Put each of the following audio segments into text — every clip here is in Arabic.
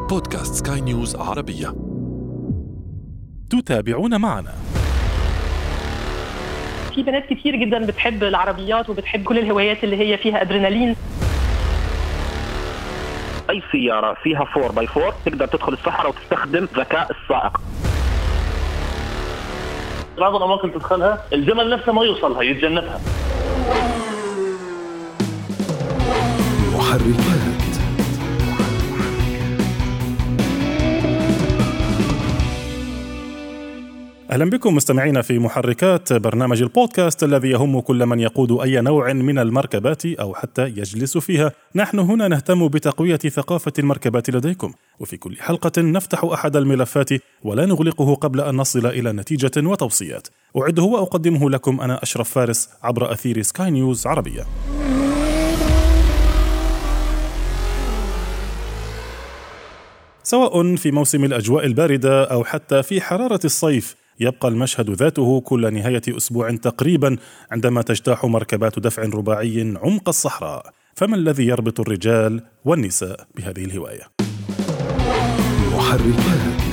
بودكاست سكاي نيوز عربية. تتابعون معنا. في بنات كتير جدا بتحب العربيات وبتحب كل الهوايات اللي هي فيها أدرينالين. أي سيارة فيها 4x4 تقدر تدخل الصحراء وتستخدم ذكاء السائق. بعض الأماكن تدخلها الجمل نفسه ما يوصلها، يتجنبها. محركات. أهلا بكم مستمعين في محركات، برنامج البودكاست الذي يهم كل من يقود أي نوع من المركبات أو حتى يجلس فيها. نحن هنا نهتم بتقوية ثقافة المركبات لديكم، وفي كل حلقة نفتح أحد الملفات ولا نغلقه قبل أن نصل إلى نتيجة وتوصيات. أعده وأقدمه لكم أنا أشرف فارس عبر أثير سكاي نيوز عربية. سواء في موسم الأجواء الباردة أو حتى في حرارة الصيف، يبقى المشهد ذاته كل نهاية أسبوع تقريبا عندما تجتاح مركبات دفع رباعي عمق الصحراء. فما الذي يربط الرجال والنساء بهذه الهواية؟ محركات.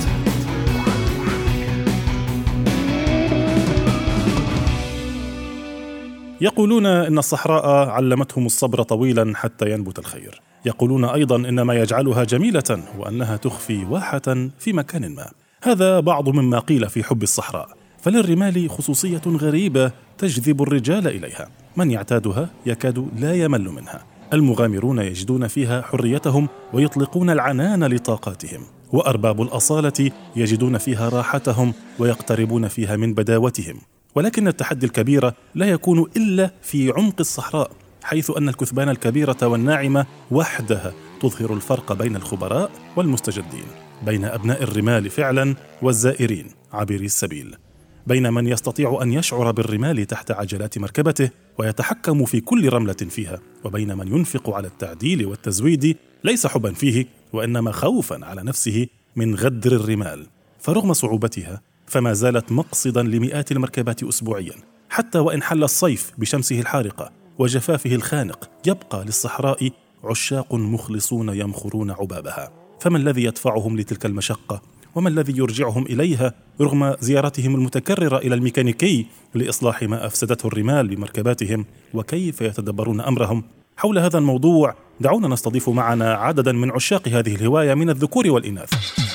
يقولون إن الصحراء علمتهم الصبر طويلا حتى ينبت الخير. يقولون أيضا إن ما يجعلها جميلة وأنها تخفي واحة في مكان ما. هذا بعض مما قيل في حب الصحراء، فللرمال خصوصية غريبة تجذب الرجال إليها. من يعتادها يكاد لا يمل منها. المغامرون يجدون فيها حريتهم ويطلقون العنان لطاقاتهم، وأرباب الأصالة يجدون فيها راحتهم ويقتربون فيها من بداوتهم. ولكن التحدي الكبير لا يكون إلا في عمق الصحراء، حيث أن الكثبان الكبيرة والناعمة وحدها تظهر الفرق بين الخبراء والمستجدين، بين أبناء الرمال فعلا والزائرين عابري السبيل، بين من يستطيع أن يشعر بالرمال تحت عجلات مركبته ويتحكم في كل رملة فيها، وبين من ينفق على التعديل والتزويد ليس حبا فيه وإنما خوفا على نفسه من غدر الرمال. فرغم صعوبتها فما زالت مقصدا لمئات المركبات أسبوعيا، حتى وإن حل الصيف بشمسه الحارقة وجفافه الخانق، يبقى للصحراء عشاق مخلصون يمخرون عبابها. فما الذي يدفعهم لتلك المشقة؟ وما الذي يرجعهم إليها رغم زيارتهم المتكررة إلى الميكانيكي لإصلاح ما أفسدته الرمال بمركباتهم؟ وكيف يتدبرون أمرهم؟ حول هذا الموضوع دعونا نستضيف معنا عددا من عشاق هذه الهواية من الذكور والإناث.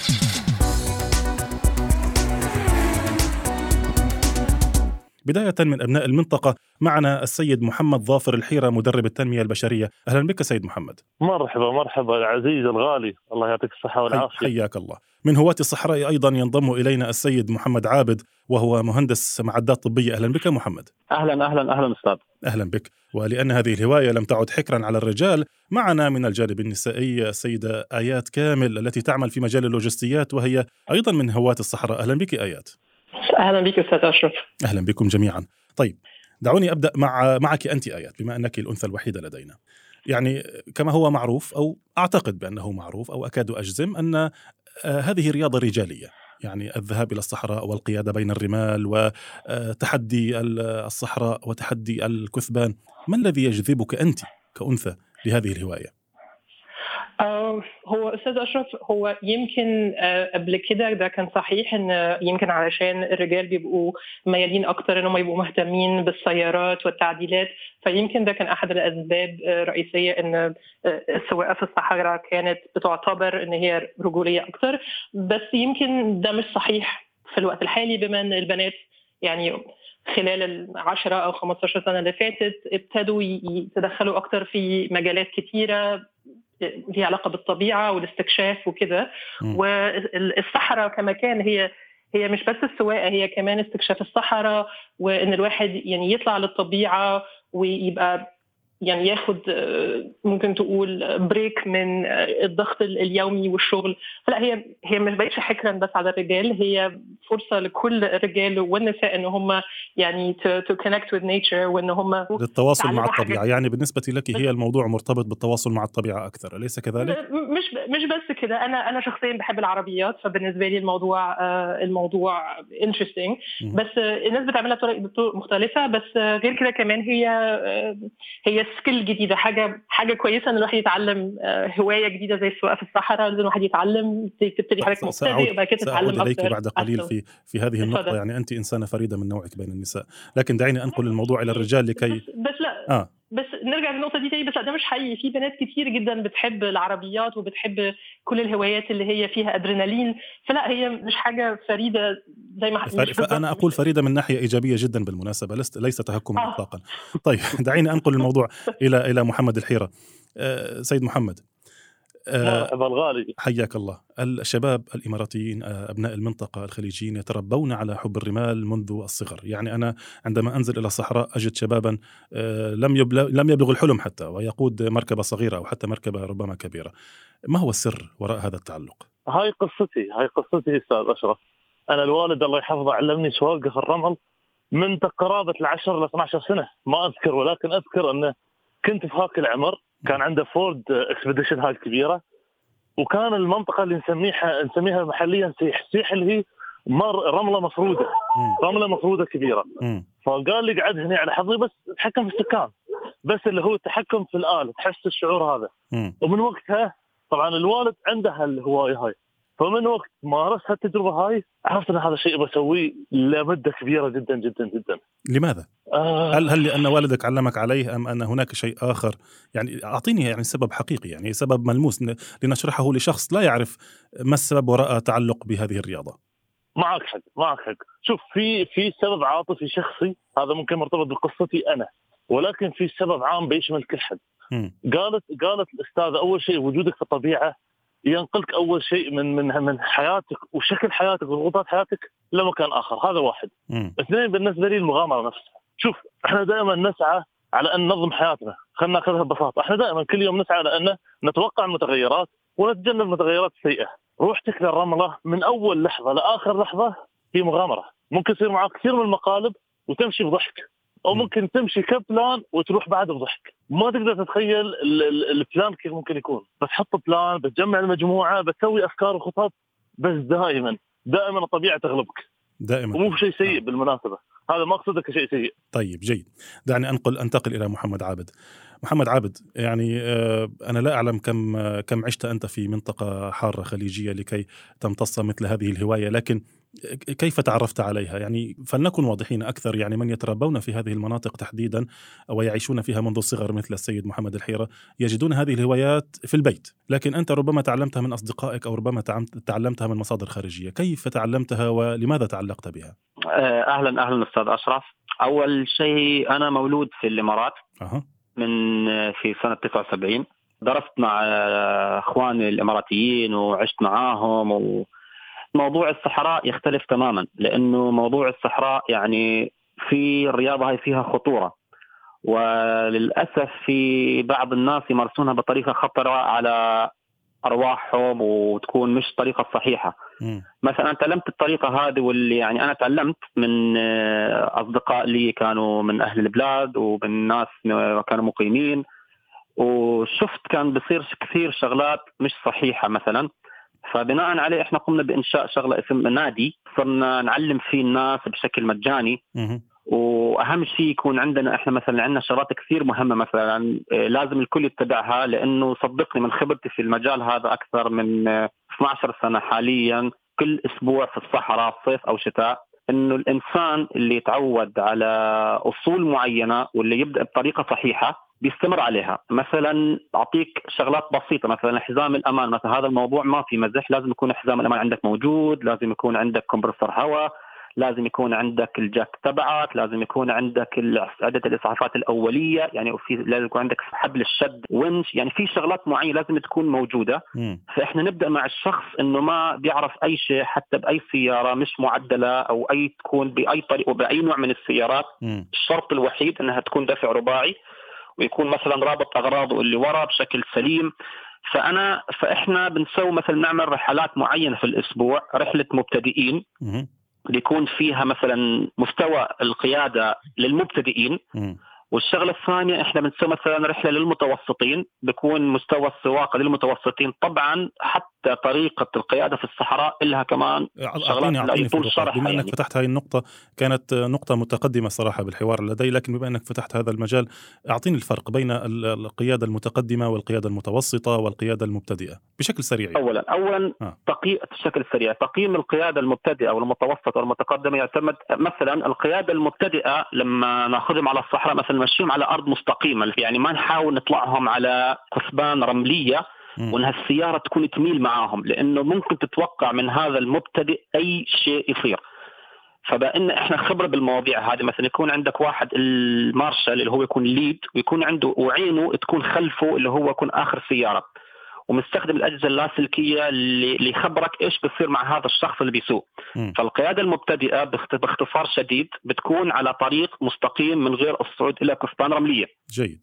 بداية من أبناء المنطقة معنا السيد محمد ظافر الحيرة، مدرب التنمية البشرية. أهلا بك سيد محمد. مرحبا العزيز الغالي، الله يعطيك الصحة والعافية. حياك الله. من هواة الصحراء أيضا ينضم إلينا السيد محمد عابد، وهو مهندس معدات طبية. أهلا بك محمد. أهلا أستاذ. أهلا بك. ولأن هذه الهواية لم تعد حكرا على الرجال، معنا من الجانب النسائي السيدة آيات كامل التي تعمل في مجال اللوجستيات، وهي أيضا من هواة الصحراء. أهلا بك آيات. أهلا بك أستاذ أشرف. أهلا بكم جميعا. طيب دعوني أبدأ معك أنت آيات، بما أنك الأنثى الوحيدة لدينا. يعني كما هو معروف، أو أعتقد بأنه معروف، أو أكاد أجزم أن هذه رياضة رجالية، يعني الذهاب إلى الصحراء والقيادة بين الرمال وتحدي الصحراء وتحدي الكثبان. ما الذي يجذبك أنت كأنثى لهذه الهواية؟ هو أستاذ أشرف، هو يمكن قبل كده ده كان صحيح إن يمكن علشان الرجال بيبقوا ميالين أكتر إنهم يبقوا مهتمين بالسيارات والتعديلات، فيمكن ده كان أحد الأسباب الرئيسية إن السواقة في الصحراء كانت بتعتبر إن هي رجولية أكتر. بس يمكن ده مش صحيح في الوقت الحالي، بما إن البنات يعني خلال 10 أو 15 سنة اللي فاتت ابتدوا يتدخلوا أكتر في مجالات كتيرة ليها علاقة بالطبيعة والاستكشاف وكده. والصحراء كمكان هي مش بس السواقة، هي كمان استكشاف الصحراء، وإن الواحد يعني يطلع للطبيعة ويبقى يعني ياخد ممكن تقول بريك من الضغط اليومي والشغل. فلا هي مش بقتش حكرا بس على الرجال، هي فرصة لكل الرجال والنساء ان هم يعني to connect with nature، وان هم للتواصل مع الطبيعة. يعني بالنسبة لك هي الموضوع مرتبط بالتواصل مع الطبيعة أكثر، أليس كذلك؟ مش بس كده، أنا شخصيا بحب العربيات، فبالنسبة لي الموضوع interesting. بس الناس بتعملها بطرق مختلفة، بس غير كده كمان هي سكيل جديده، حاجه كويسه ان الواحد يتعلم هوايه جديده زي السواقه في الصحراء. لازم الواحد يتعلم، تبتدي حضرتك مبتدئ وبعد كده تتعلم سأعود إليك اكتر. بعد قليل في هذه النقطة. يعني أنت إنسانة فريدة من نوعك بين النساء، لكن دعيني أنقل الموضوع إلى الرجال لكي بس لا بس نرجع للنقطة دي تاني. بس لا، ده مش حقيقي. في بنات كتير جدا بتحب العربيات وبتحب كل الهوايات اللي هي فيها أدرينالين، فلا هي مش حاجة فريدة زي ما فأنا أقول فريدة من ناحية إيجابية جدا بالمناسبة، ليس تهكما إطلاقا. طيب دعيني أنقل الموضوع إلى محمد الحيرة. سيد محمد، مرحبا الغالي، حياك الله. الشباب الإماراتيين أبناء المنطقة الخليجيين يتربون على حب الرمال منذ الصغر. يعني أنا عندما أنزل إلى الصحراء أجد شبابا لم يبلغ الحلم حتى ويقود مركبة صغيرة أو حتى مركبة ربما كبيرة. ما هو السر وراء هذا التعلق؟ هاي قصتي أستاذ أشرف. أنا الوالد الله يحفظه علمني سواقة في الرمل من قرابة 10 ل 12 سنة، ما أذكر، ولكن أذكر أنه كنت في هاك العمر كان عنده فورد اكسبيديشن هاي الكبيرة، وكان المنطقة اللي نسميها محليا سيح اللي هي رملة مفرودة كبيرة. فقال لي قعد هنا على حظي، بس تحكم في السكان، بس اللي هو التحكم في الآلة، تحس الشعور هذا. ومن وقتها طبعا الوالد عنده الهواية هاي، فمن وقت مارست التجربة هاي عرفت أن هذا الشيء بسويه لمدة كبيرة جدا جدا جدا. لماذا؟ هل لأن والدك علمك عليه أم أن هناك شيء آخر؟ يعني أعطيني يعني سبب حقيقي، يعني سبب ملموس لنشرحه لشخص لا يعرف ما السبب وراء تعلق بهذه الرياضة. معك حق. شوف، في سبب عاطفي شخصي، هذا ممكن مرتبط بقصتي أنا، ولكن في سبب عام بيشمل كل حد. قالت الأستاذة أول شيء وجودك في الطبيعة ينقلك أول شيء من حياتك وشكل حياتك وضغوطات حياتك لمكان آخر، هذا واحد. اثنين، بالنسبة لي المغامرة نفسها. شوف، احنا دائما نسعى على أن ننظم حياتنا، خلنا ناخذها ببساطة. احنا دائما كل يوم نسعى على أن نتوقع المتغيرات ونتجنب المتغيرات السيئة. روحتك للرملة من أول لحظة لآخر لحظة هي مغامرة. ممكن يصير معك كثير من المقالب وتمشي بضحك، أو ممكن تمشي كبلان وتروح بعد بضحك. ما تقدر تتخيل البلان كيف ممكن يكون، بس حط بلان، بتجمع المجموعة، بتسوي أفكار وخطط، بس دائما الطبيعة تغلبك دائما، ومو شيء سيء بالمناسبة. هذا ما أقصده كشيء سيء. طيب جيد، دعني أنتقل إلى محمد عابد. محمد عابد، يعني أنا لا أعلم كم عشت أنت في منطقة حارة خليجية لكي تمتص مثل هذه الهواية، لكن كيف تعرفت عليها؟ يعني فلنكن واضحين أكثر. يعني من يتربون في هذه المناطق تحديدا ويعيشون فيها منذ الصغر مثل السيد محمد الحيرة يجدون هذه الهوايات في البيت، لكن أنت ربما تعلمتها من أصدقائك أو ربما تعلمتها من مصادر خارجية. كيف تعلمتها ولماذا تعلقت بها؟ أهلا أستاذ أشرف. أول شيء أنا مولود في الإمارات في سنة 79. درست مع أخواني الإماراتيين وعشت معاهم. وموضوع الصحراء يختلف تماما، لأنه موضوع الصحراء يعني في الرياضة هاي فيها خطورة، وللأسف في بعض الناس يمارسونها بطريقة خطرة على أرواحهم وتكون مش طريقة صحيحة. مثلا تعلمت الطريقة هذه، واللي يعني أنا تعلمت من أصدقاء لي كانوا من أهل البلاد ومن ناس كانوا مقيمين، وشفت كان بصير كثير شغلات مش صحيحة مثلا. فبناء عليه إحنا قمنا بإنشاء شغلة اسم نادي، صرنا نعلم فيه الناس بشكل مجاني. وأهم شيء يكون عندنا إحنا مثلا عندنا شغلات كثير مهمة مثلا لازم الكل يتبعها، لأنه صدقني من خبرتي في المجال هذا أكثر من 12 سنة حاليا، كل أسبوع في الصحراء صيف أو شتاء، إنه الإنسان اللي يتعود على أصول معينة واللي يبدأ بطريقة صحيحة بيستمر عليها. مثلا أعطيك شغلات بسيطة، مثلا حزام الأمان، مثلا هذا الموضوع ما في مزح، لازم يكون حزام الأمان عندك موجود، لازم يكون عندك كمبرسور هواء، لازم يكون عندك الجاك تبعك، لازم يكون عندك عدة الإسعافات الأولية، يعني لازم يكون عندك حبل الشد، ونش، يعني في شغلات معينة لازم تكون موجودة. فإحنا نبدأ مع الشخص إنه ما بيعرف أي شيء، حتى بأي سيارة مش معدلة أو تكون بأي طريقة وبأي نوع من السيارات، الشرط الوحيد إنها تكون دفع رباعي ويكون مثلا رابط أغراضه اللي وراء بشكل سليم. فإحنا بنسوي مثلا نعمل رحلات معينة في الأسبوع، رحلة مبتدئين بيكون فيها مثلا مستوى القيادة للمبتدئين، والشغلة الثانية إحنا بنسوي مثلا رحلة للمتوسطين، بيكون مستوى السواقة للمتوسطين. طبعا حتى طريقة القيادة في الصحراء إلها كمان أعطيني طول شرح. بما أنك فتحت هذه النقطة، كانت نقطة متقدمة صراحة بالحوار لدي، لكن بما أنك فتحت هذا المجال أعطيني الفرق بين القيادة المتقدمة والقيادة المتوسطة والقيادة المبتدئة بشكل سريع. أولا بشكل سريع تقييم القيادة المبتدئة والمتوسطة والمتقدمة يعتمد مثلا القيادة المبتدئة لما ناخذهم على الصحراء مثلا نمشيهم على أرض مستقيمة، يعني ما نحاول نطلعهم على كثبان رملية وأنها السيارة تكون تميل معاهم، لأنه ممكن تتوقع من هذا المبتدئ أي شيء يصير. فبأن إحنا خبرة بالمواضيع هذه، مثلا يكون عندك واحد المارشال اللي هو يكون ليد ويكون عنده وعينه تكون خلفه اللي هو يكون آخر سيارة، ومستخدم الأجهزة اللاسلكية اللي يخبرك إيش بيصير مع هذا الشخص اللي بيسوق. فالقيادة المبتدئة باختصار شديد بتكون على طريق مستقيم من غير الصعود إلى كثبان رملية. جيد.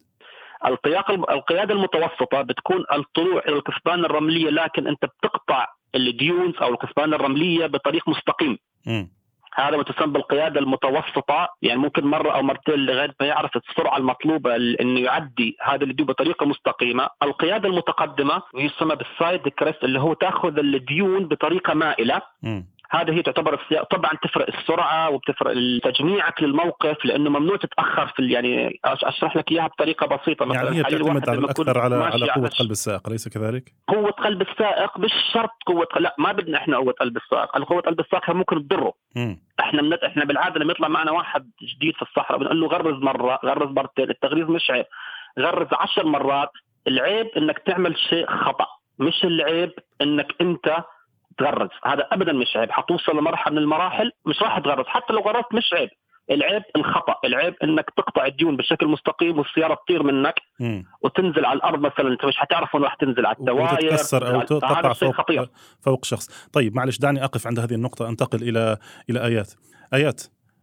القيادة المتوسطة بتكون الطلوع إلى الكثبان الرملية، لكن أنت بتقطع الديونز أو الكثبان الرملية بطريق مستقيم. هذا ما تسمى بالقيادة المتوسطة، يعني ممكن مرة أو مرتين لغاية ما يعرف السرعة المطلوبة إنه يعدي هذا الديون بطريقة مستقيمة. القيادة المتقدمة يسمى بالسايد كريست، اللي هو تأخذ الديون بطريقة مائلة. هذه هي تعتبر طبعا تفرق السرعة وبتفرق تجميعك للموقف، لأنه ممنوع تتأخر في يعني أشرح لك إياها بطريقة بسيطة. مثلا يعني هي تعتمد أكثر على قوة قلب السائق، أليس كذلك؟ قوة قلب السائق مش شرط لا، ما بدنا إحنا قوة قلب السائق. القوة قلب السائق ممكن تضره. إحنا بالعادة لما يطلع معنا واحد جديد في الصحراء بنقول له غرز مرة، غرز مرتين. التغريز مش عيب، غرز 10 مرات. العيب إنك تعمل شيء خطأ، مش العيب إنك أنت تغرز. هذا أبدا مش عيب. حتوصل لمرحلة من المراحل مش راح تغرز، حتى لو غرزت مش عيب. العيب الخطأ، العيب إنك تقطع الديون بشكل مستقيم والسيارة تطير منك وتنزل على الأرض مثلا، أنت مش هتعرف وين راح تنزل، على الدوائر وتتكسر أو تقع فوق شخص. طيب معلش دعني أقف عند هذه النقطة، أنتقل إلى آيات.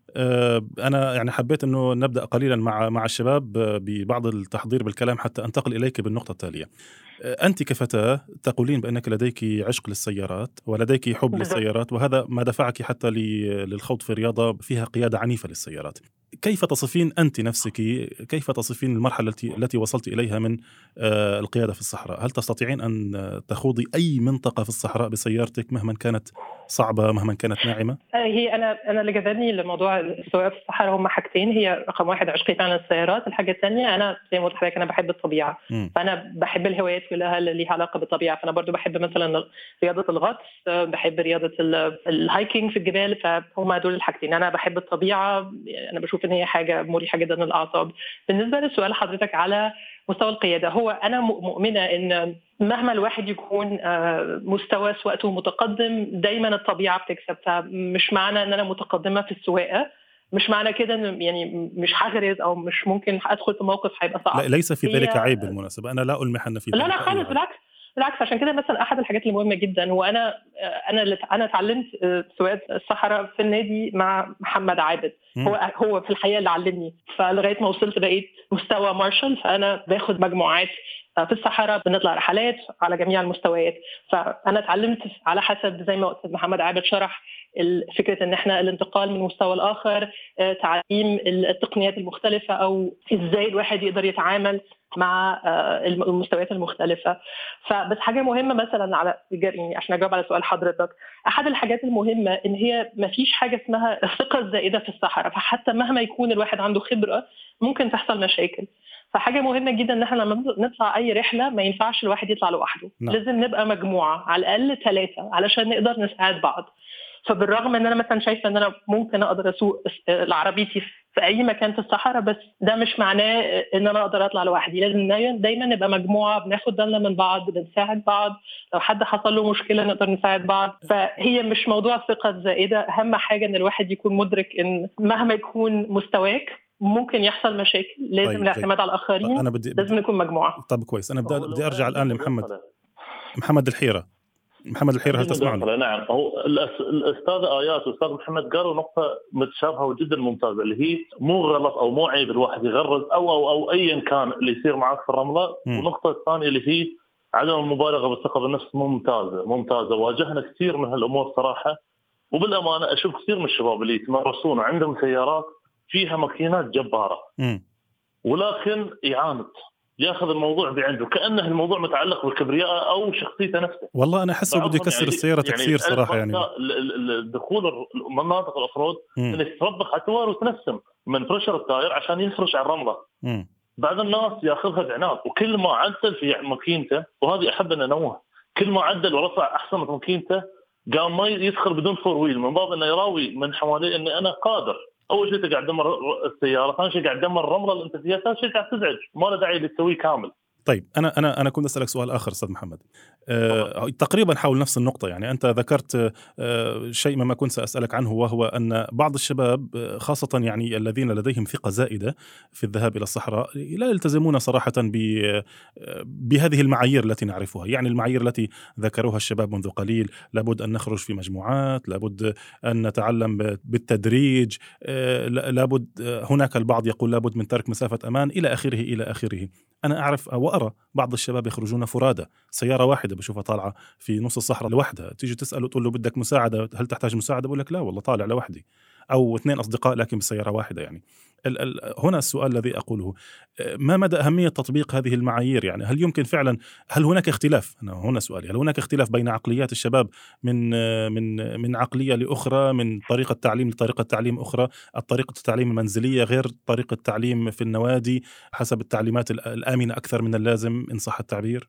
أنا يعني حبيت أنه نبدأ قليلا مع الشباب ببعض التحضير بالكلام حتى أنتقل إليك بالنقطة التالية. أنت كفتاة تقولين بأنك لديك عشق للسيارات ولديك حب للسيارات، وهذا ما دفعك حتى للخوض في رياضة فيها قيادة عنيفة للسيارات. كيف تصفين أنت نفسك، كيف تصفين المرحلة التي وصلت إليها من القيادة في الصحراء؟ هل تستطيعين أن تخوضي أي منطقة في الصحراء بسيارتك مهما كانت صعبة مهما كانت ناعمة؟ هي أنا اللي جذبني لموضوع السواقة في الصحراء هم حاجتين. هي رقم واحد عشقي فعلا السيارات، الحاجة الثانية أنا زي ما قلت لحضرتك أنا بحب الطبيعة. فأنا بحب الهوايات كلها اللي ليها علاقة بالطبيعة. فأنا برضو بحب مثلا رياضة الغطس، بحب رياضة الهايكينج في الجبال. فهم دول الحاجتين. أنا بحب الطبيعة، أنا بشوف إن هي حاجة مريحة جدا للأعصاب. بالنسبة للسؤال حضرتك على مستوى القيادة، هو أنا مؤمنة إن مهما الواحد يكون مستوى سواقته متقدم دايما الطبيعة بتكسب. فمش معنى ان انا متقدمة في السواقة مش معنى كده ان يعني مش هغرز او مش ممكن ادخل في موقف هيبقى صعب. لا ليس في ذلك عيب بالمناسبة، انا لا ألمح ان في ذلك. لا خالص، بالعكس. عشان كده مثلا احد الحاجات المهمة جدا هو انا اتعلمت سواقة الصحراء في النادي مع محمد عابد. هو في الحقيقة اللي علمني. فلغاية ما وصلت بقيت مستوى مارشال، فانا باخد مجموعات في الصحراء، بنطلع رحلات على جميع المستويات. فأنا اتعلمت على حسب زي ما قلت محمد عابد شرح فكرة ان احنا الانتقال من مستوى الآخر، تعليم التقنيات المختلفة او ازاي الواحد يقدر يتعامل مع المستويات المختلفة. فبس حاجة مهمة مثلا على يعني عشان اجاوب على سؤال حضرتك، احد الحاجات المهمة ان هي مفيش حاجة اسمها الثقة الزائدة في الصحراء. فحتى مهما يكون الواحد عنده خبرة ممكن تحصل مشاكل. فحاجة مهمة جدا ان احنا لما نطلع اي رحلة ما ينفعش الواحد يطلع لوحده. لازم نبقى مجموعة على الاقل 3 علشان نقدر نساعد بعض. فبالرغم ان انا مثلا شايفة ان انا ممكن اقدر اسوق عربيتي في اي مكان في الصحراء، بس ده مش معناه ان انا اقدر اطلع لوحدي. لازم دايما نبقى مجموعة، بناخد بالنا من بعض، بنساعد بعض. لو حد حصل له مشكلة نقدر نساعد بعض. فهي مش موضوع الثقة الزائدة، اهم حاجة ان الواحد يكون مدرك ان مهما يكون مستواك ممكن يحصل مشاكل. لازم الاعتماد على الآخرين. لازم نكون مجموعة. طب كويس. أنا بدي أرجع الآن محمد الحيرة. هل تسمعني؟ نعم. هو الأستاذ آيات والأستاذ محمد قالوا نقطة متشابهة وجدا ممتازة، اللي هي مو غلط أو مو عيب الواحد يغرز أو أيا كان اللي يصير معك في الرملة. والنقطة الثانية اللي هي عدم المبالغة بالثقة بالنفس ممتازة. واجهنا كثير من هالأمور صراحة. وبالأمانة أشوف كثير من الشباب اللي يتمرسون عندهم سيارات فيها ماكينات جبارة ولكن يعاند ياخذ الموضوع بعنده كأنه الموضوع متعلق بالكبرياء أو شخصيته نفسه. والله أنا أحسه بده يكسر يعني السيارة تكسير صراحة. يعني الدخول المناطق الأفرود إنك تطبق على التوار وتنسم من فرشر التاير عشان يفرش على الرملة. بعض الناس ياخذها بعناد، وكل ما عدل في ماكينته، وهذه أحب أن أنوه، كل ما عدل ورفع أحسن من ماكينته قام ما يدخل بدون فور ويل، من باب انه يراوي من حواليه ان انا قادر. اول شيء قاعد تدمر السياره، ثاني شيء قاعد تدمر الرمله اللي انت فيها، ثالث شيء قاعد تزعج، ما له داعي لتسويه كامل. طيب انا كنت اسالك سؤال اخر استاذ محمد، تقريبا حول نفس النقطه. يعني انت ذكرت شيء مما كنت ساسالك عنه، وهو ان بعض الشباب خاصه يعني الذين لديهم ثقه زائده في الذهاب الى الصحراء لا يلتزمون صراحه بهذه المعايير التي نعرفها. يعني المعايير التي ذكروها الشباب منذ قليل، لابد ان نخرج في مجموعات، لابد ان نتعلم بالتدريج، لابد، هناك البعض يقول لابد من ترك مسافه امان الى اخره الى اخره. أنا أعرف وأرى بعض الشباب يخرجون فرادى، سيارة واحدة بشوفها طالعة في نص الصحراء لوحدها، تيجي تسأله تقول له بدك مساعدة، هل تحتاج مساعدة؟ بقول لك لا والله طالع لوحدي، أو 2 أصدقاء لكن بسيارة واحدة. يعني هنا السؤال الذي أقوله، ما مدى أهمية تطبيق هذه المعايير؟ يعني هل يمكن فعلا، هل هناك اختلاف؟ هنا سؤالي، هل هناك اختلاف بين عقليات الشباب من عقلية لأخرى، من طريقة تعليم لطريقة تعليم أخرى؟ الطريقة التعليم المنزلية غير طريقة التعليم في النوادي حسب التعليمات الآمنة أكثر من اللازم إن صح التعبير؟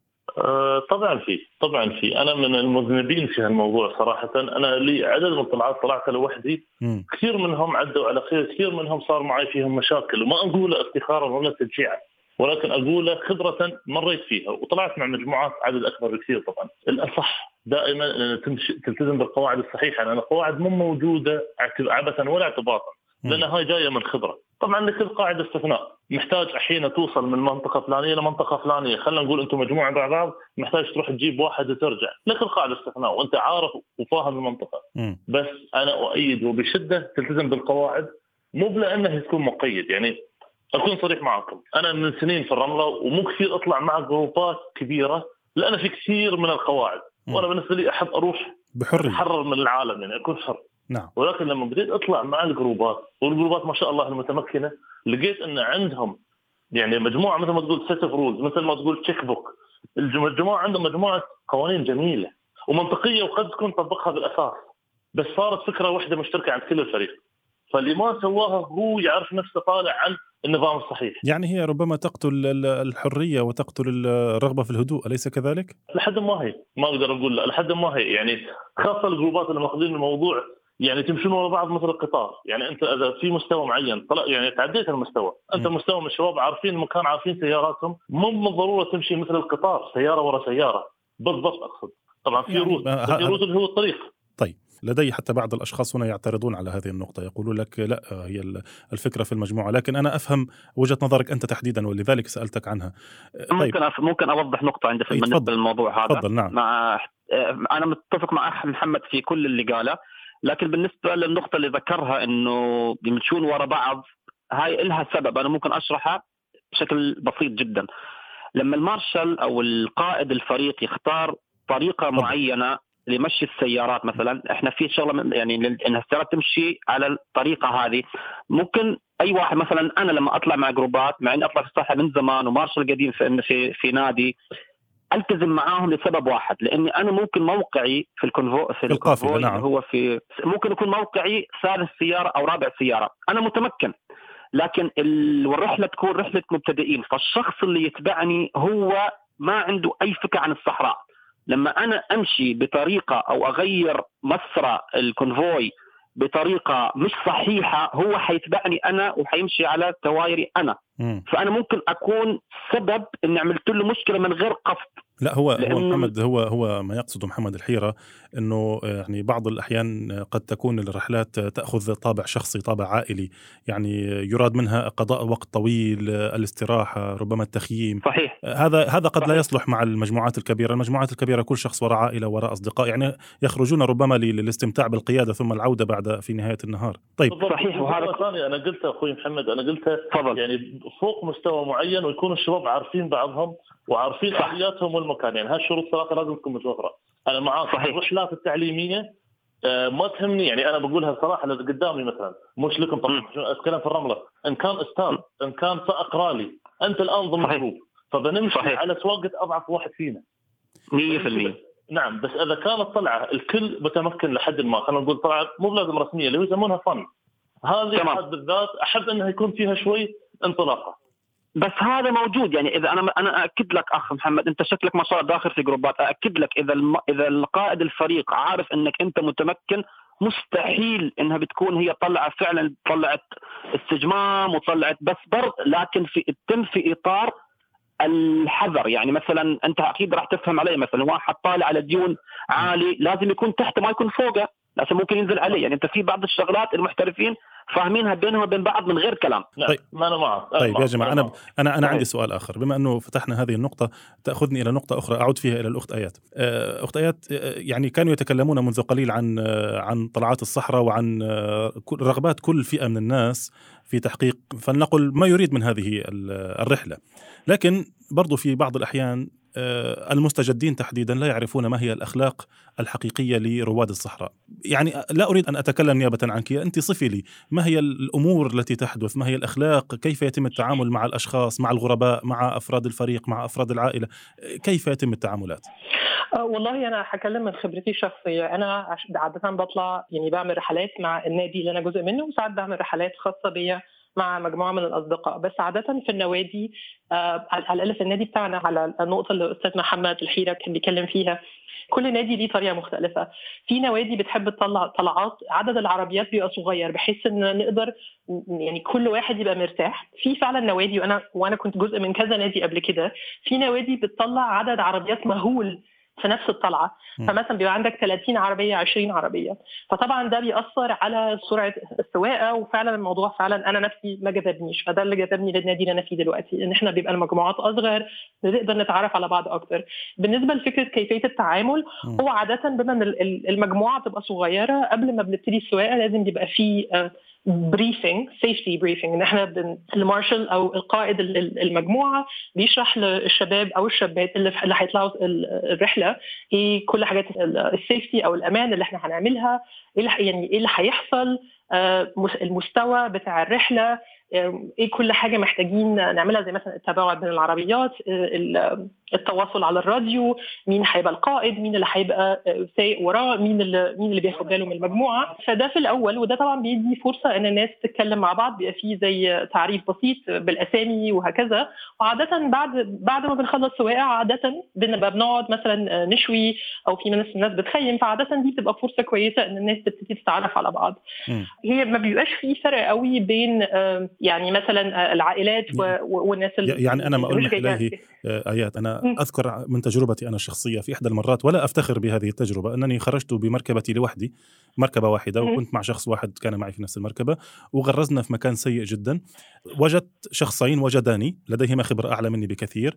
طبعا في أنا من المذنبين في هالموضوع صراحة. أنا لي عدد من الطلعات طلعت لوحدي، كثير منهم عدوا على خير، كثير منهم صار معي فيهم مشاكل، وما أقول افتخارا ولا تشجيعا، ولكن أقول خبرة مريت فيها وطلعت مع مجموعات عدد أكبر بكثير. طبعا الأصح دائما تلتزم بالقواعد الصحيحة، لأن القواعد مو موجودة عبثا ولا اعتباطا، لأن هاي جاية من خبرة. طبعا لكل قاعدة استثناء، محتاج أحيانا توصل من منطقة فلانية لمنطقة فلانية، خلينا نقول أنتم مجموعة مع بعض، محتاج تروح تجيب واحد وترجع، لكل قاعدة استثناء وأنت عارف وفاهم المنطقة. بس أنا أؤيد وبشدة تلتزم بالقواعد، مو بلأنه تكون مقيد. يعني أكون صريح معكم، أنا من سنين في الرملة ومو كثير أطلع مع جروبات كبيرة، لأن في كثير من القواعد، وأنا بالنسبة لي أحب أروح بحرية، أحرر من العالم، يعني أكون حر. نعم. ولكن لما بديت أطلع مع الجروبات، والجروبات ما شاء الله المتمكنة، لقيت أن عندهم يعني مجموعة مثل ما تقول سيت اوف رولز، مثل ما تقول تشيك بوك. الجماعة عندهم مجموعة قوانين جميلة ومنطقية، وقد تكون طبقها بالأساس، بس صارت فكرة واحدة مشتركة عند كل الفريق. فاللي ما سواها هو يعرف نفسه طالع عن النظام الصحيح. يعني هي ربما تقتل الحرية وتقتل الرغبة في الهدوء، أليس كذلك؟ لحد ما هي، ما أقدر أقول لا، لحد ما هي. يعني خاصة الجروبات اللي ماخذين الموضوع يعني تمشون ورا بعض مثل القطار. يعني انت اذا في مستوى معين يعني تعديت المستوى، انت مستوى من الشباب عارفين المكان، عارفين سياراتهم، مو بالضروره تمشي مثل القطار سياره ورا سياره بالضبط. اقصد طبعا في يعني روت اللي هو الطريق. طيب، لدي حتى بعض الأشخاص هنا يعترضون على هذه النقطة، يقولون لك لا، هي الفكرة في المجموعة، لكن أنا أفهم وجهة نظرك أنت تحديدا، ولذلك سألتك عنها. طيب. ممكن أوضح نقطة عندي بالنسبة للموضوع هذا. تفضل. نعم. أنا متفق مع أخ محمد في كل اللي قاله، لكن بالنسبة للنقطة اللي ذكرها إنه يمشون ورا بعض، هاي إلها سبب أنا ممكن أشرحها بشكل بسيط جدا. لما المارشال أو القائد الفريق يختار طريقة معينة لمشي السيارات، مثلا احنا في شغله يعني ان السيارات تمشي على الطريقه هذه، ممكن اي واحد مثلا، انا لما اطلع مع جروبات، مع اني اطلع في الصحه من زمان ومارشال قديم في نادي، التزم معاهم لسبب واحد، لاني انا ممكن موقعي في القافله نعم. هو ممكن يكون موقعي ثالث سياره او رابع سياره، انا متمكن، لكن والرحله تكون رحله مبتدئين، فالشخص اللي يتبعني هو ما عنده اي فكره عن الصحراء. لما أنا أمشي بطريقة أو أغير مسرى الكونفوي بطريقة مش صحيحة، هو حيتبعني أنا وحيمشي على توايري أنا. فأنا ممكن أكون سبب إن عملت له مشكلة من غير قصد. لا، هو محمد، هو ما يقصده محمد الحيرة أنه يعني بعض الأحيان قد تكون الرحلات تأخذ طابع شخصي، طابع عائلي، يعني يراد منها قضاء وقت طويل، الاستراحة، ربما التخييم. صحيح. هذا قد لا يصلح مع المجموعات الكبيرة. المجموعات الكبيرة كل شخص وراء عائلة وراء أصدقاء، يعني يخرجون ربما للاستمتاع بالقيادة ثم العودة بعد في نهاية النهار. طيب، صحيح. وهذا ثاني أنا قلت أخوي محمد، أنا قلت يعني فوق مستوى معين، ويكون الشباب عارفين بعضهم وعارفين آلياتهم والمكان. يعني هالشروط ثلاثة لازم تكون متوفرة. أنا معاك. الرحلات التعليمية ما تهمني، يعني أنا بقولها صراحة اللي قدامي مثلا، مش لكم طبعا، أتكلم في الرملة، إن كان أستاذ، إن كان سائق رالي، أنت الآن ضمن جروب، فبنمشي على سواقة أضعف واحد فينا 100%. نعم، بس إذا كانت طلعة الكل متمكن لحد ما، خلينا نقول طلعة مو لازم رسمية اللي يسمونها فن، هذه بالذات أحب أنها يكون فيها شوي انطلاقة. بس هذا موجود، يعني إذا أنا أكد لك أخ محمد، أنت شكلك ما شاء الله داخل في جروبات، أكد لك إذا القائد الفريق عارف أنك أنت متمكن، مستحيل انها بتكون هي طلعت فعلا طلعت استجمام وطلعت بس برض، لكن تم في اطار الحذر. يعني مثلا انت اكيد راح تفهم علي، مثلا واحد طالع على ديون عالي لازم يكون تحته ما يكون فوقه، لازم ممكن ينزل عليه. يعني انت في بعض الشغلات المحترفين فاهمينها بينهم وبين بعض من غير كلام. طيب ما أنا معك. طيب يا جماعة، أنا عندي سؤال آخر، بما أنه فتحنا هذه النقطة تأخذني إلى نقطة أخرى أعود فيها إلى الأخت آيات. أخت آيات، يعني كانوا يتكلمون منذ قليل عن طلعات الصحراء وعن رغبات كل فئة من الناس في تحقيق فلنقل ما يريد من هذه الرحلة، لكن برضو في بعض الأحيان المستجدين تحديدا لا يعرفون ما هي الأخلاق الحقيقية لرواد الصحراء. يعني لا أريد أن أتكلم نيابة عنك، أنت صفي لي ما هي الأمور التي تحدث، ما هي الأخلاق، كيف يتم التعامل مع الأشخاص، مع الغرباء، مع أفراد الفريق، مع أفراد العائلة، كيف يتم التعاملات؟ والله أنا هكلم من خبرتي الشخصية. أنا عادة بطلع، يعني بعمل رحلات مع النادي اللي أنا جزء منه، وساعات بعمل رحلات خاصة بيا مع مجموعة من الأصدقاء. بس عادة في النوادي، على الأقل في النادي بتاعنا، على النقطة اللي الأستاذ محمد الحيرة كان بيتكلم فيها، كل نادي ليه طريقة مختلفة. في نوادي بتحب تطلع طلعات عدد العربيات بيبقى صغير بحيث ان نقدر يعني كل واحد يبقى مرتاح. في فعلا نوادي، وانا كنت جزء من كذا نادي قبل كده، في نوادي بتطلع عدد عربيات مهول في نفس الطلعة، فمثلا بيبقى عندك 30 عربية 20 عربية، فطبعا ده بيأثر على سرعة السواقة. وفعلا الموضوع فعلا أنا نفسي ما جذبنيش، فده اللي جذبني للنادي اللي أنا فيه دلوقتي، إن إحنا بيبقى المجموعات أصغر، نقدر نتعرف على بعض أكتر. بالنسبة لفكرة كيفية التعامل، هو عادة بما إن المجموعة تبقى صغيرة، قبل ما بنبتدي السواقة لازم بيبقى فيه بريفنج، سيفتي بريفنج، ان احنا المارشال او القائد المجموعه بيشرح للشباب او الشابات اللي هيطلعوا الرحله ايه كل حاجات السيفتي او الامان اللي احنا هنعملها، يعني ايه اللي هيحصل، المستوى بتاع الرحله، ايه كل حاجه محتاجين نعملها، زي مثلا التباعد بين العربيات، التواصل على الراديو، مين هيبقى القائد، مين اللي هيبقى سايق وراه، مين اللي بياخد باله من المجموعه. فده في الاول، وده طبعا بيدي فرصه ان الناس تتكلم مع بعض، بيبقى فيه زي تعريف بسيط بالاسامي وهكذا. وعاده بعد ما بنخلص سواقه عاده بنبقى بنقعد مثلا نشوي، او في الناس بتخيم، فعاده دي بتبقى فرصه كويسه ان الناس تبتدي تتعرف على بعض. هي ما بيبقاش فيه فرق قوي بين يعني مثلا العائلات والناس يعني أنا ما أقول إليه آيات، أنا أذكر من تجربتي أنا الشخصية في إحدى المرات، ولا أفتخر بهذه التجربة، أنني خرجت بمركبتي لوحدي، مركبة واحدة، وكنت مع شخص واحد كان معي في نفس المركبة، وغرزنا في مكان سيء جدا. وجدت شخصين وجداني لديهما خبرة أعلى مني بكثير.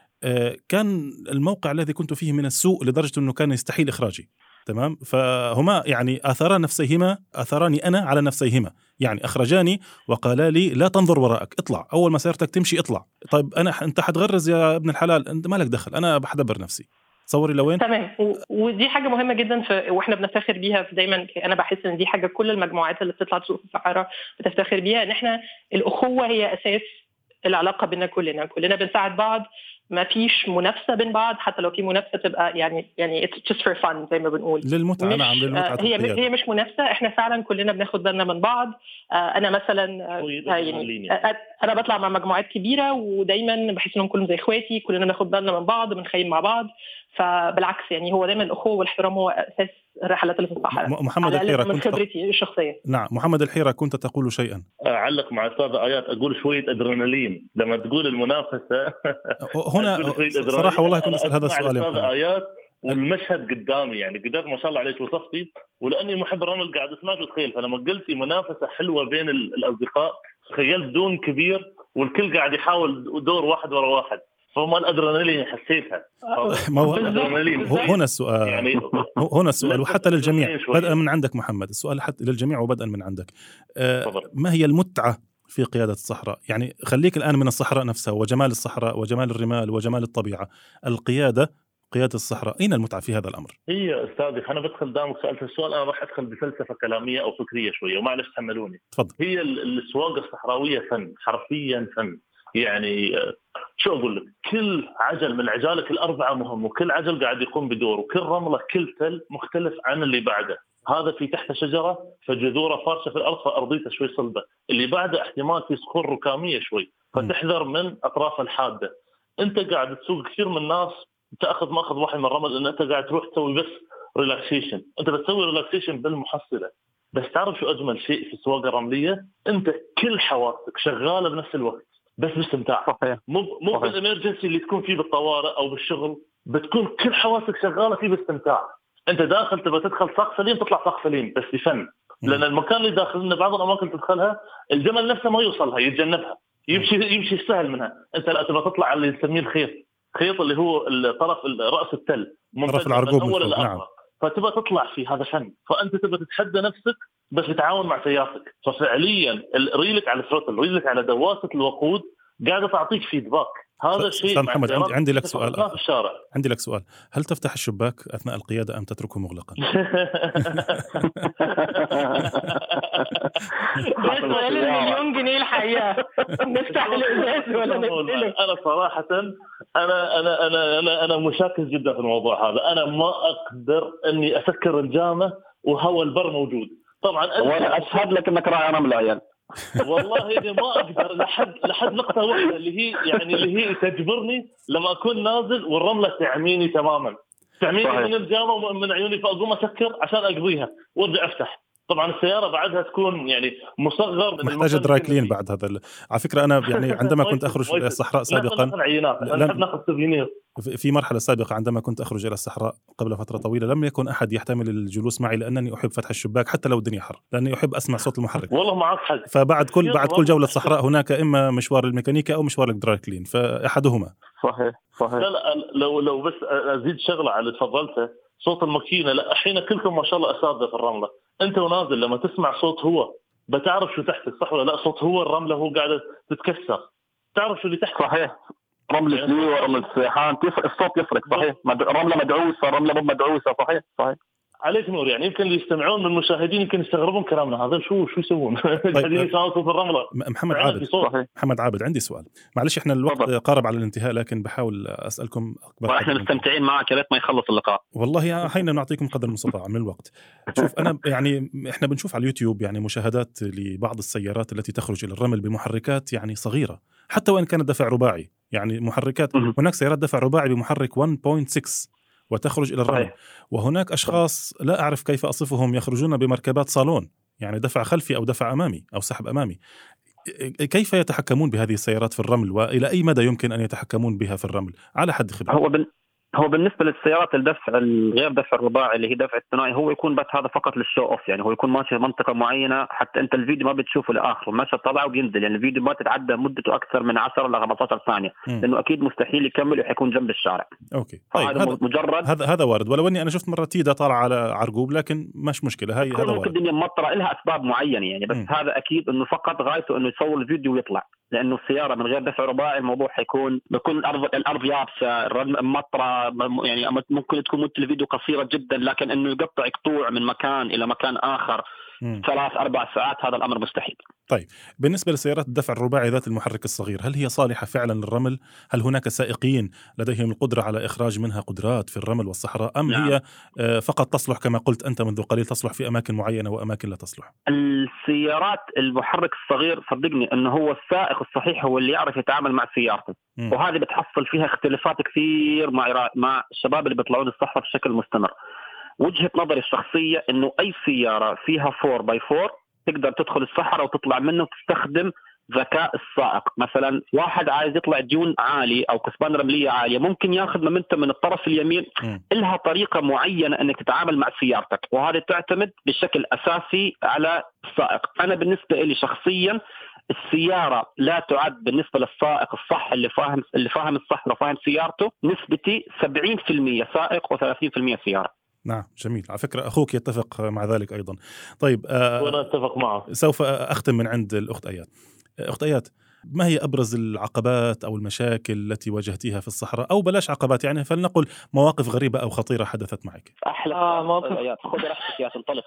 كان الموقع الذي كنت فيه من السوء لدرجة أنه كان يستحيل إخراجي. تمام، فهما يعني آثراني أنا على نفسيهما، يعني أخرجاني وقالا لي لا تنظر وراءك، اطلع، أول ما سيارتك تمشي اطلع. طيب أنت حتغرز يا ابن الحلال، أنت مالك دخل، أنا بحدبر نفسي. تصوري لوين؟ تمام. ودي حاجة مهمة جدا واحنا بنفتخر بيها دايما. أنا بحس إن دي حاجة كل المجموعات اللي بتطلع تسوق في الصحراء بتفتخر بيها، إن احنا الأخوة هي أساس العلاقة بيننا، كلنا بنساعد بعض، ما فيش منافسة بين بعض، حتى لو في منافسة تبقى يعني it's just for fun زي ما بنقول، للمتعة. نعم، للمتعة. هي مش منافسة، احنا فعلا كلنا بناخد بالنا من بعض. أنا مثلا يعني أنا بطلع مع مجموعات كبيرة، ودايما بحس إنهم كلهم زي إخواتي، كلنا بناخد بالنا من بعض، بنخيم مع بعض. فبالعكس يعني هو دايما الأخوة والاحترام هو أساس الرحلات اللي في الصحراء. محمد الحيرة، من خبرتي الشخصية. نعم، محمد الحيرة، كنت تقول شيئا. أعلق مع أستاذة آيات، أقول شوية أدرينالين لما تقول المنافسة. هنا صراحة والله كنت أسأل هذا السؤال يا أستاذة آيات، والمشهد قدامي، يعني قدرت ما شاء الله عليك وصفتي، ولأني محب الرمل قاعد أسمعك وتخيل، فلما قلتي منافسة حلوة بين الأصدقاء تخيلت دون كبير والكل قاعد يحاول دور واحد ورا واحد، فما الأدرينالين حسيتها. هنا السؤال يعني هنا السؤال، وحتى للجميع بدءا من عندك محمد، السؤال حتى للجميع وبدءا من عندك. ما هي المتعة في قيادة الصحراء؟ يعني خليك الآن من الصحراء نفسها وجمال الصحراء وجمال الرمال وجمال الطبيعة، قيادة الصحراء، أين المتعة في هذا الأمر؟ هي أستاذي، أنا بدخل دامك سألت السؤال، أنا راح أدخل بفلسفة كلامية أو فكرية شوية، ومعلش تحملوني. تفضل. هي السواقة الصحراوية فن، حرفيا فن. يعني شو أقول لك، كل عجل من عجالك الأربعة مهم، وكل عجل قاعد يقوم بدور، وكل رملة كل تل مختلف عن اللي بعده. هذا في تحت شجرة فجذوره فارشة في الأرض فأرضيته شوي صلبة، اللي بعده احتمال في صخور ركامية شوي، فتحذر من أطراف الحادة. أنت قاعد تسوق كثير من الناس تأخذ ماخذ واحد من الرمل إن أنت قاعد تروح تسوي بس ريلاكسيشن. أنت بتسوي ريلاكسيشن بالمحصلة، بس تعرف شو أجمل شيء في السواقة الرملية؟ أنت كل حواسك شغالة بنفس الوقت بس باستمتاع. مو بالإمرجنسي اللي تكون فيه بالطوارئ أو بالشغل، بتكون كل حواسك شغالة فيه باستمتاع. أنت داخل تبى تدخل ساق سليم تطلع ساق سليم بس بفن، لأن المكان اللي داخلنا بعض الأماكن تدخلها الجمل نفسه ما يوصلها، يتجنبها، يمشي السهل منها. أنت لا تبى تطلع على اللي نسميه الخيط اللي هو الطرف رأس التل طرف العرقوب من أول نعم. فتبى تطلع في هذا فن، فأنت تبى تتحدى نفسك بس تتعاون مع سيارتك. ففعليا ريلك على الثروتل، ريلك على دواسة الوقود قاعدة تعطيك فيدباك. هذا الشيء محمد عندي لك سؤال عندي لك سؤال، هل تفتح الشباك أثناء القيادة أم تتركه مغلقا؟ سؤال المليون جنيه الحقيقة، نفتح الإزاز ولا نقفله؟ أنا صراحة أنا مشاكس جدا في الموضوع هذا. أنا ما أقدر إني أسكر الجامة وهواء البر موجود. طبعا وأنا أشهد لك إنك راعي رمل عيال. والله إذا ما أقدر لحد نقطة واحدة اللي هي تجبرني لما أكون نازل والرملة تعميني تماما، تعميني من الجامعة ومن عيوني، فأقوم أسكر عشان أقضيها وارجع أفتح. طبعا السيارة بعدها تكون يعني مصغر، محتاجة دراي كلين بعد هذا. على فكرة أنا يعني عندما كنت أخرج إلى الصحراء سابقا في مرحلة سابقة عندما كنت أخرج إلى الصحراء قبل فترة طويلة لم يكن أحد يحتمل الجلوس معي لأنني أحب فتح الشباك حتى لو الدنيا حر، لأني أحب أسمع صوت المحرك. والله معك حق. فبعد كل جولة صحراء هناك إما مشوار الميكانيكا أو مشوار الدراي كلين، فأحدهما. صحيح. لا لو بس أزيد شغلة على اللي تفضلته، صوت الماكينة. لا أحيانا كلكم ما شاء الله أساتذة في الرملة، أنت ونازل لما تسمع صوت هو بتعرف شو تحت، صح ولا لا؟ صوت هو الرملة هو قاعدة تتكسر، تعرف شو اللي تحت. صحيح. رملة لي ورملة سيحان الصوت يفرق. صحيح. رملة مدعوسة، رملة مو مدعوسة. صحيح. عليك نور. يعني يمكن اللي يستمعون من المشاهدين يمكن يستغربون كلامنا هذا، شو يسوون؟ قاعدين يسمعون صوت الرملة. محمد عابد عندي سؤال، معلش احنا الوقت قارب على الانتهاء لكن بحاول أسألكم أكبر. واحنا مستمتعين معك، يا ريت ما يخلص اللقاء. والله حين نعطيكم قدر المستطاع من الوقت. شوف أنا يعني احنا بنشوف على اليوتيوب يعني مشاهدات لبعض السيارات التي تخرج إلى الرمل بمحركات يعني صغيرة حتى وإن كانت دفع رباعي، يعني محركات. هناك سيارات دفع رباعي بمحرك 1.6 وتخرج إلى الرمل، وهناك أشخاص لا أعرف كيف أصفهم يخرجون بمركبات صالون، يعني دفع خلفي أو دفع أمامي أو سحب أمامي. كيف يتحكمون بهذه السيارات في الرمل، وإلى أي مدى يمكن أن يتحكمون بها في الرمل على حد خبرة؟ هو بالنسبة للسيارات الدفع الغير دفع الرباعي اللي هي دفع الثنائي، هو يكون بس هذا فقط للشو اوف، يعني هو يكون ماشي منطقة معينة حتى انت الفيديو ما بتشوفه لآخره، ماشي طلع وبينزل، يعني الفيديو ما تتعدى مدته أكثر من 10 إلى 15 ثانية، لأنه أكيد مستحيل يكمل وحيكون جنب الشارع. أوكي. طيب هذا وارد، ولو أني أنا شفت مرة تيدا طالع على عرقوب، لكن مش مشكلة، هذا وارد. الدنيا مطرة لها أسباب معينة يعني، بس هذا أكيد إنه فقط غايته إنه يصور الفيديو ويطلع، لأنه السيارة من غير دفع رباعي الموضوع بيكون الأرض يابسة، مطرة، يعني ممكن تكون مدة الفيديو قصيرة جدا، لكن إنه يقطع قطوع من مكان إلى مكان آخر 3-4 ساعات هذا الأمر مستحيل. طيب بالنسبة لسيارات الدفع الرباعي ذات المحرك الصغير، هل هي صالحة فعلا للرمل؟ هل هناك سائقين لديهم القدرة على إخراج منها قدرات في الرمل والصحراء، أم هي فقط تصلح كما قلت أنت منذ قليل، تصلح في أماكن معينة وأماكن لا تصلح؟ السيارات المحرك الصغير صدقني أنه هو السائق الصحيح هو اللي يعرف يتعامل مع سيارته، وهذه بتحصل فيها اختلافات كثير مع الشباب اللي بيطلعون الصحراء بشكل مستمر. وجهة نظري الشخصية إنه أي سيارة فيها 4x4 تقدر تدخل الصحراء وتطلع منه وتستخدم ذكاء السائق. مثلا واحد عايز يطلع ديون عالي أو كثبان رملية عالية، ممكن ياخذ مومنتم من الطرف اليمين. إلها طريقة معينة أنك تتعامل مع سيارتك، وهذا تعتمد بشكل أساسي على السائق. أنا بالنسبة لي شخصيا السيارة لا تعد بالنسبة للسائق الصح اللي فاهم الصحراء وفاهم سيارته، نسبتي 70% سائق و30% سيارة. نعم جميل. على فكرة أخوك يتفق مع ذلك أيضا. طيب وأنا أتفق معه. سوف أختم من عند الأخت آيات. أخت آيات، ما هي أبرز العقبات أو المشاكل التي واجهتيها في الصحراء، أو بلاش عقبات يعني فلنقل مواقف غريبة أو خطيرة حدثت معك؟ أحلى موقف آيات، خذ راحتك يا تنطلق.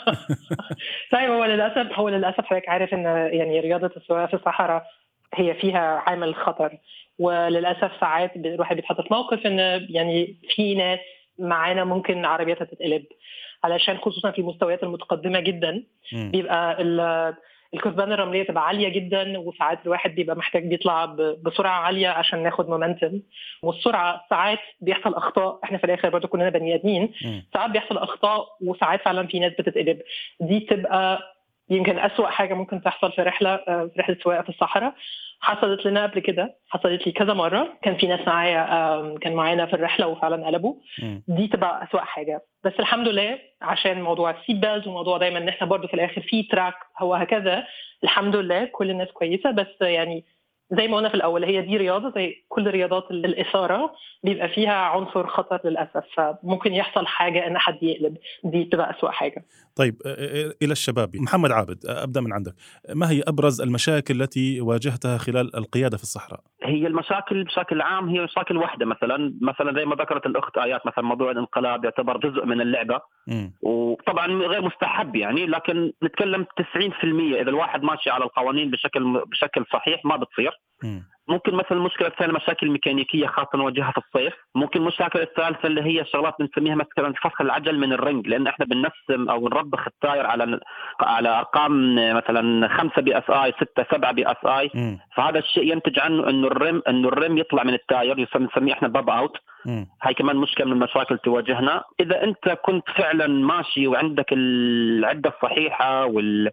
طيب هو للأسف حضرتك عارف إن يعني رياضة السواقة في الصحراء هي فيها عامل خطر. وللاسف ساعات الواحد بيتحط في موقف ان يعني في ناس معانا ممكن عربياتها تتقلب، علشان خصوصا في المستويات المتقدمه جدا بيبقى الكثبان الرمليه تبقى عاليه جدا، وساعات الواحد بيبقى محتاج بيطلع بسرعه عاليه عشان ناخد مومنتم، والسرعه ساعات بيحصل اخطاء، احنا في الاخر برضو كلنا بني ادمين، ساعات بيحصل اخطاء وساعات فعلا في ناس بتتقلب. دي تبقى يمكن أسوأ حاجه ممكن تحصل في رحله سواقه في الصحراء. حصلت لنا قبل كده، حصلت لي كذا مره، كان في ناس كان معانا في الرحله وفعلا قلبوا. دي تبقى أسوأ حاجه، بس الحمد لله عشان موضوع السيت بيلت وموضوع دايما ان احنا برضو في الاخر في تراك هو هكذا، الحمد لله كل الناس كويسه. بس يعني زي ما قلنا في الاول، هي دي رياضه زي كل رياضات الاثاره بيبقى فيها عنصر خطر للاسف، فممكن يحصل حاجه ان حد يقلب، دي تبقى أسوأ حاجه. طيب الى الشباب، محمد عابد ابدا من عندك، ما هي ابرز المشاكل التي واجهتها خلال القياده في الصحراء؟ هي المشاكل بشكل عام هي مشاكل واحدة، مثلا زي ما ذكرت الاخت ايات، مثلا موضوع الانقلاب يعتبر جزء من اللعبه وطبعا غير مستحب يعني، لكن نتكلم 90% اذا الواحد ماشي على القوانين بشكل صحيح ما بتصير. ممكن مثلا المشكله الثانيه مشاكل ميكانيكيه خاصه نواجهها في الصيف. ممكن المشاكل الثالثه اللي هي شغلات بنسميها مثلا فسخ العجل من الرنج، لان احنا بننسم او نربخ التاير على ارقام مثلا 5 PSI 6 7 PSI، فهذا الشيء ينتج عنه انه الرم يطلع من التاير، نسميه احنا باب اوت. هاي كمان مشكله من المشاكل تواجهنا. اذا انت كنت فعلا ماشي وعندك العده الصحيحه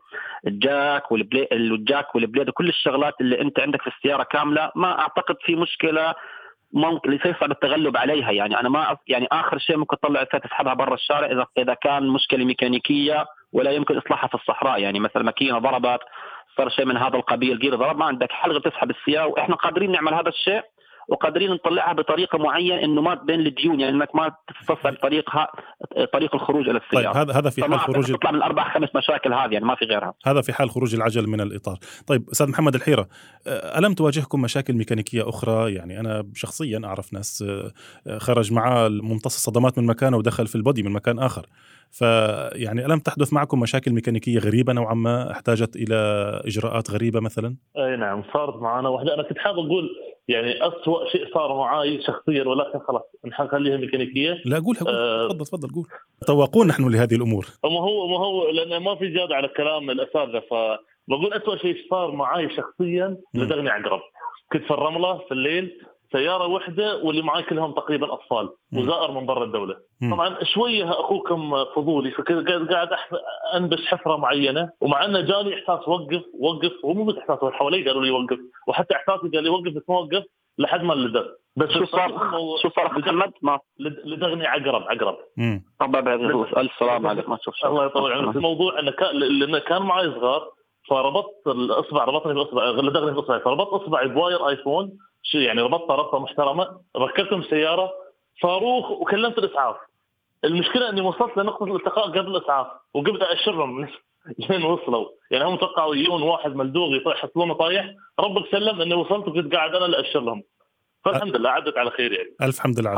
والجاك والبليد وكل الشغلات اللي انت عندك في السياره كامله، ما اعتقد في مشكله ممكن يصعب التغلب عليها. يعني انا ما يعني اخر شيء ممكن تطلع تسحبها برا الشارع اذا كان مشكله ميكانيكيه ولا يمكن اصلاحها في الصحراء، يعني مثلا ماكينه ضربت، صار شيء من هذا القبيل، جير ضرب، ما عندك حل غير تسحب السياره. واحنا قادرين نعمل هذا الشيء وقادرين نطلعها بطريقه معينه انه ما تبين الديون، يعني انك ما تستصعب طريق الخروج الى السياره. طيب هذا في حال خروج تطلع من 4-5 مشاكل هذه، يعني ما في غيرها. هذا في حال خروج العجل من الاطار. طيب استاذ محمد الحيره، الم تواجهكم مشاكل ميكانيكيه اخرى؟ يعني انا شخصيا اعرف ناس خرج معاه ممتص الصدمات من مكانه ودخل في البودي من مكان اخر، فيعني الم تحدث معكم مشاكل ميكانيكيه غريبه نوعا ما احتاجت الى اجراءات غريبه مثلا؟ اي نعم، صارت معنا واحده. انا كنت حاب اقول يعني أسوأ شيء صار معي شخصيا، ولكن خلاص نخليها ميكانيكية. لا قولها، تفضل قول. تواقون نحن لهذه الأمور. ما هو لأن ما في زيادة على كلام الأساتذة، فبقول أسوأ شيء صار معي شخصيا لدغني عقرب. كنت في الرملة في الليل، سيارة واحدة واللي معي كلهم تقريبا أطفال وزائر من برا الدولة. طبعا شوية أخوكم فضولي، فقاعد أنبش حفرة معينة، ومع أنه جاني إحساس وقف ومو بس إحساس، والحوالي قالوا لي وقف، وحتى إحساسي قال لي وقف بس ما وقف لحد ما لدغ. بس شو صار محمد؟ ما لدغني عقرب. طبعا ألف سلام عليك. ما تشوف الله يطول عمرك. الموضوع أنه كان معي صغار، فربطت الإصبع، ربطني بالإصبع، لدغني بالإصبع، فربطت إصبعي بواير آيفون، يعني ربطتها ربطة محترمة، ركبتهم سيارة صاروخ وكلمت الإسعاف. المشكلة أني وصلت لنقطة الالتقاء قبل الإسعاف، وقبل أشرهم لين وصلوا، يعني هم توقعوا يجون واحد ملدوغ يحصلونه طايح، ربك سلم أني وصلت وكنت قاعد أنا اللي أشر لهم. فالحمد لله عدت على خير يعني. ألف حمد لله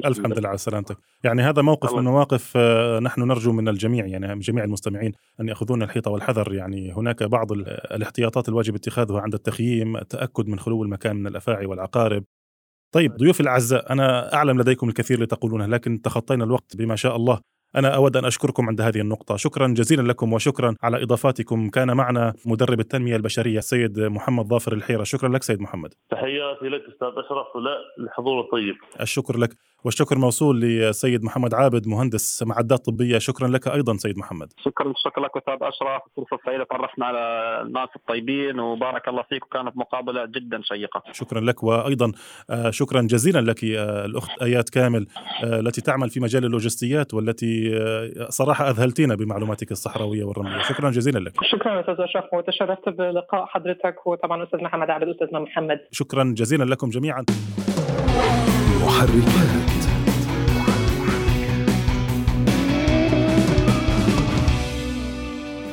على سلامتك. يعني هذا موقف من مواقف نحن نرجو من الجميع، يعني من جميع المستمعين أن يأخذون الحيطة والحذر. يعني هناك بعض الاحتياطات الواجب اتخاذها عند التخييم، التأكد من خلو المكان من الأفاعي والعقارب. طيب ضيوف الأعزاء، أنا أعلم لديكم الكثير لتقولونه، لكن تخطينا الوقت بما شاء الله. أنا أود أن أشكركم عند هذه النقطة، شكرا جزيلا لكم وشكرا على إضافاتكم. كان معنا مدرب التنمية البشرية السيد محمد ظافر الحيرة. شكرا لك سيد محمد. تحياتي لك أستاذ أشرف ولا الحضور الطيب. الشكر لك، والشكر موصول لسيد محمد عابد مهندس معدات طبية. شكرا لك أيضا سيد محمد. شكرا لك أستاذ أشرف، فرصة سعيدة تعرفنا على الناس الطيبين وبارك الله فيك، وكانت مقابلة جدا شيقة. شكرا لك، وأيضا شكرا جزيلا لك الأخت آيات كامل التي تعمل في مجال اللوجستيات، والتي صراحة أذهلتينا بمعلوماتك الصحراوية والرملية. شكرا جزيلا لك. شكرا أستاذ أشرف، وتشرفت بلقاء حضرتك وطبعا أستاذ محمد عابد وأستاذ محمد. شكرا جزيلا لكم جميعا. محركات.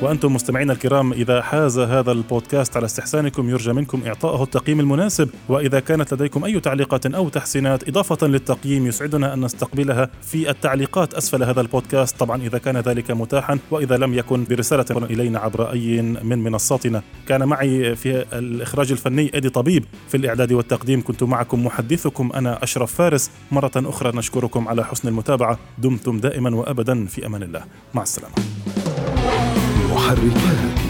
وأنتم مستمعين الكرام، إذا حاز هذا البودكاست على استحسانكم يرجى منكم إعطائه التقييم المناسب، وإذا كانت لديكم أي تعليقات أو تحسينات إضافة للتقييم يسعدنا أن نستقبلها في التعليقات أسفل هذا البودكاست، طبعا إذا كان ذلك متاحا، وإذا لم يكن برسالة إلينا عبر أي من منصاتنا. كان معي في الإخراج الفني إيدي طبيب، في الإعداد والتقديم كنت معكم محدثكم أنا أشرف فارس. مرة أخرى نشكركم على حسن المتابعة، دمتم دائما وأبدا في أمان الله، مع السلامة. محركات